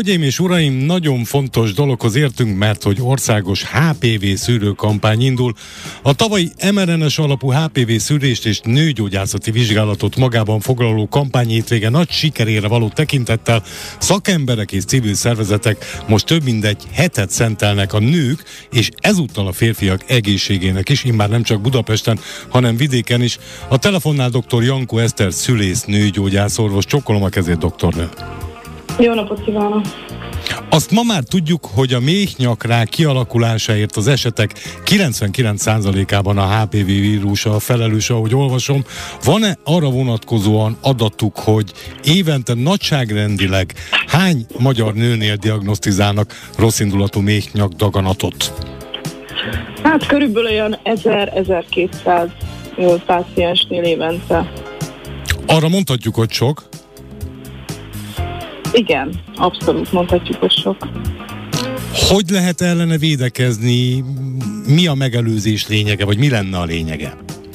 Hölgyeim és uraim, nagyon fontos dologhoz értünk, mert hogy országos HPV szűrőkampány indul. A tavalyi mRNA-s alapú HPV szűrést és nőgyógyászati vizsgálatot magában foglaló kampány hétvége nagy sikerére való tekintettel szakemberek és civil szervezetek most több mindegy hetet szentelnek a nők és ezúttal a férfiak egészségének is, immár nem csak Budapesten, hanem vidéken is. A telefonnál dr. Jankó Eszter szülész nőgyógyászorvos. Csókolom a kezét, doktornő. Jó napot kívánok! Azt ma már tudjuk, hogy a méhnyakrák kialakulásáért az esetek 99%-ában a HPV vírus a felelős, ahogy olvasom. Van-e arra vonatkozóan adatuk, hogy évente nagyságrendileg hány magyar nőnél diagnosztizálnak rosszindulatú méhnyak daganatot? Hát körülbelül olyan 1000-1200 páciensnél évente. Arra mondhatjuk, hogy sok? Igen, abszolút mondhatjuk, hogy sok. Hogy lehet ellene védekezni? Mi a megelőzés lényege, vagy mi lenne a lényege?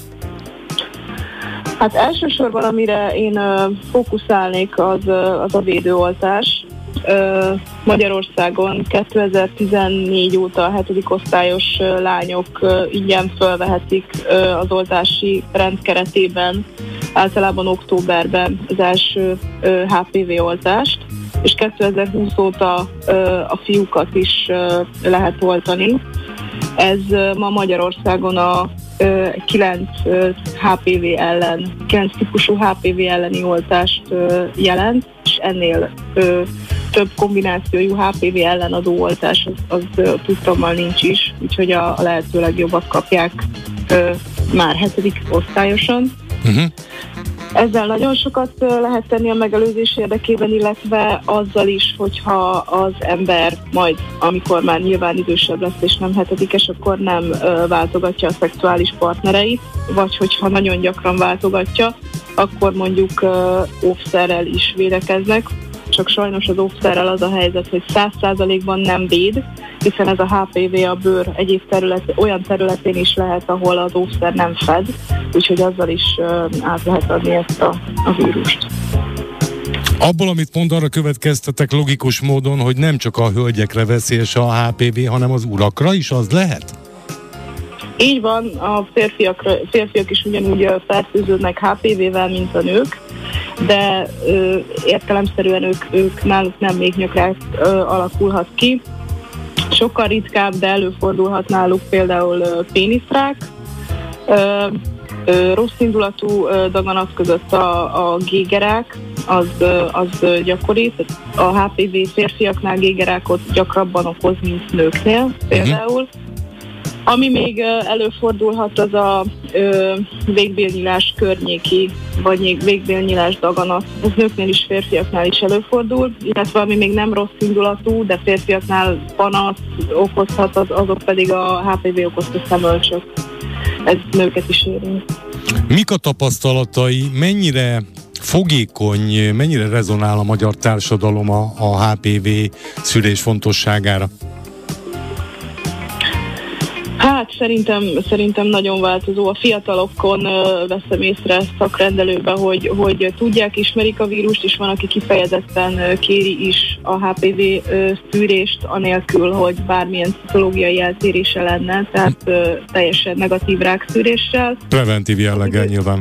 Hát elsősorban, amire én fókuszálnék, az a védőoltás. Magyarországon 2014 óta a 7. osztályos lányok ingyen fölvehetik az oltási rend keretében, általában októberben az első HPV oltást, és 2020 óta a fiúkat is lehet oltani. Ez ma Magyarországon a 9 típusú HPV elleni oltást jelent, és ennél több kombinációjú HPV ellenadó oltás az tudtommal nincs is, úgyhogy a lehető legjobbak kapják már 7. osztályosan. Ezzel nagyon sokat lehet tenni a megelőzés érdekében, illetve azzal is, hogyha az ember majd, amikor már nyilván idősebb lesz és nem 7-es, akkor nem váltogatja a szexuális partnereit, vagy hogyha nagyon gyakran váltogatja, akkor mondjuk óvszerrel is védekeznek. Csak sajnos az óvszerrel az a helyzet, hogy 100%-ban nem véd, hiszen ez a HPV a bőr egyéb olyan területén is lehet, ahol az óvszer nem fed, úgyhogy azzal is át lehet adni ezt a vírust. Abból, amit mond, arra következtetek logikus módon, hogy nem csak a hölgyekre veszélyes a HPV, hanem az urakra is, az lehet? Így van, a férfiak is ugyanúgy fertőződnek HPV-vel, mint a nők, de értelemszerűen ők náluk nem méhnyakrák alakulhat ki. Sokkal ritkább, de előfordulhat náluk például péniszrák. Rosszindulatú daganat között a gégerák, az gyakori. A HPV férfiaknál gégerákot gyakrabban okoz, mint nőknél például. Ami még előfordulhat, az a végbélnyílás környéki, vagy végbélnyílás daganat. Ez nőknél is, férfiaknál is előfordul, illetve ami még nem rossz indulatú, de férfiaknál panasz okozhat, azok pedig a HPV okozta szemölcsök. Ez nőket is érint. Mik a tapasztalatai, mennyire fogékony, mennyire rezonál a magyar társadalom a HPV szülés fontosságára? Hát szerintem nagyon változó. A fiatalokon veszem észre szakrendelőbe, hogy tudják, ismerik a vírust, és van, aki kifejezetten kéri is a HPV szűrést, anélkül, hogy bármilyen pszichológiai eltérése lenne, tehát teljesen negatív rákszűréssel. Preventív jelleggel nyilván.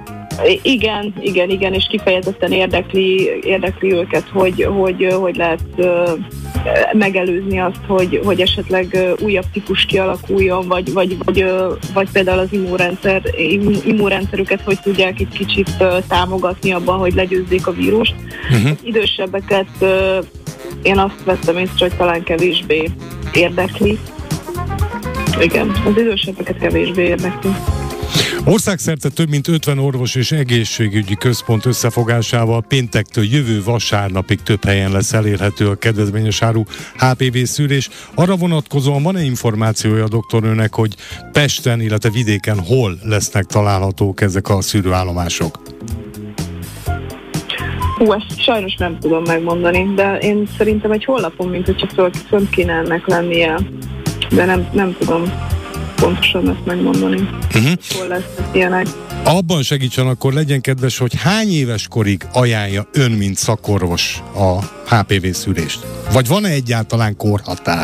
Igen, és kifejezetten érdekli őket, hogy lehet megelőzni azt, hogy esetleg újabb típus kialakuljon, vagy például az immunrendszerüket, hogy tudják itt kicsit támogatni abban, hogy legyőzzék a vírust. Az idősebbeket én azt vettem észre, hogy talán kevésbé érdekli. Igen, az idősebbeket kevésbé érdekli. Országszerte több mint 50 orvos és egészségügyi központ összefogásával péntektől jövő vasárnapig több helyen lesz elérhető a kedvezményes áru HPV szűrés. Arra vonatkozóan van-e információja a doktornőnek, hogy Pesten, illetve vidéken hol lesznek találhatók ezek a szűrőállomások? Ezt sajnos nem tudom megmondani, de én szerintem egy honlapon, mint hogyha fönt kéne ennek lennie, de nem tudom pontosan ezt megmondani. Hol lesznek ilyenek. Abban segítsen, akkor legyen kedves, hogy hány éves korig ajánlja ön, mint szakorvos a HPV szűrést? Vagy van-e egyáltalán korhatár?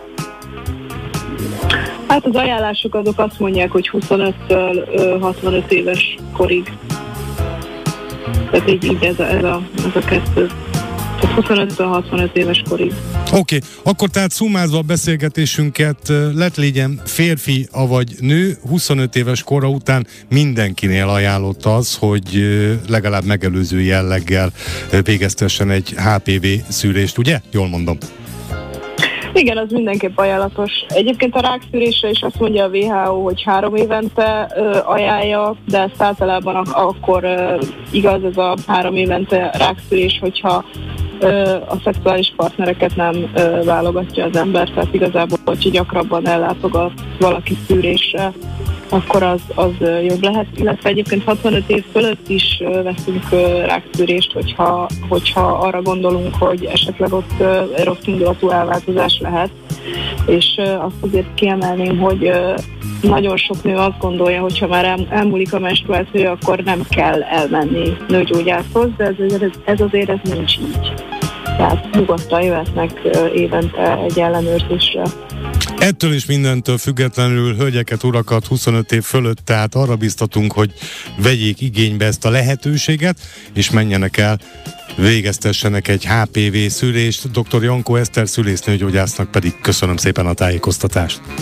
Hát az ajánlások azok azt mondják, hogy 25-től 65 éves korig. Tehát így ez a kettő. Tehát 25-től 65 éves korig. Oké, akkor tehát szummázva a beszélgetésünket, lett legyen férfi avagy nő, 25 éves kora után mindenkinél ajánlott az, hogy legalább megelőző jelleggel végeztessen egy HPV szűrést, ugye? Jól mondom. Igen, az mindenképp ajánlatos. Egyébként a rákszűrésre is azt mondja a WHO, hogy 3 évente ajánlja, de ezt általában akkor igaz ez a 3 évente rákszűrés, hogyha a szexuális partnereket nem válogatja az ember, tehát igazából, hogyha gyakrabban ellátogat valaki szűrésre, akkor az jobb lehet, illetve egyébként 65 év fölött is veszünk rákszűrést, hogyha arra gondolunk, hogy esetleg ott rossz indulatú elváltozás lehet, és azt azért kiemelném, hogy nagyon sok nő azt gondolja, hogyha már elmúlik a menstruáció, akkor nem kell elmenni nőgyógyászhoz, de ez azért nincs így. Tehát nyugodtan jöhetnek évente egy ellenőrzésre. Ettől és mindentől függetlenül, hölgyeket, urakat 25 év fölött, tehát arra biztatunk, hogy vegyék igénybe ezt a lehetőséget, és menjenek el, végeztessenek egy HPV szűrést. Dr. Jankó Eszter szülésznőgyógyásznak pedig köszönöm szépen a tájékoztatást.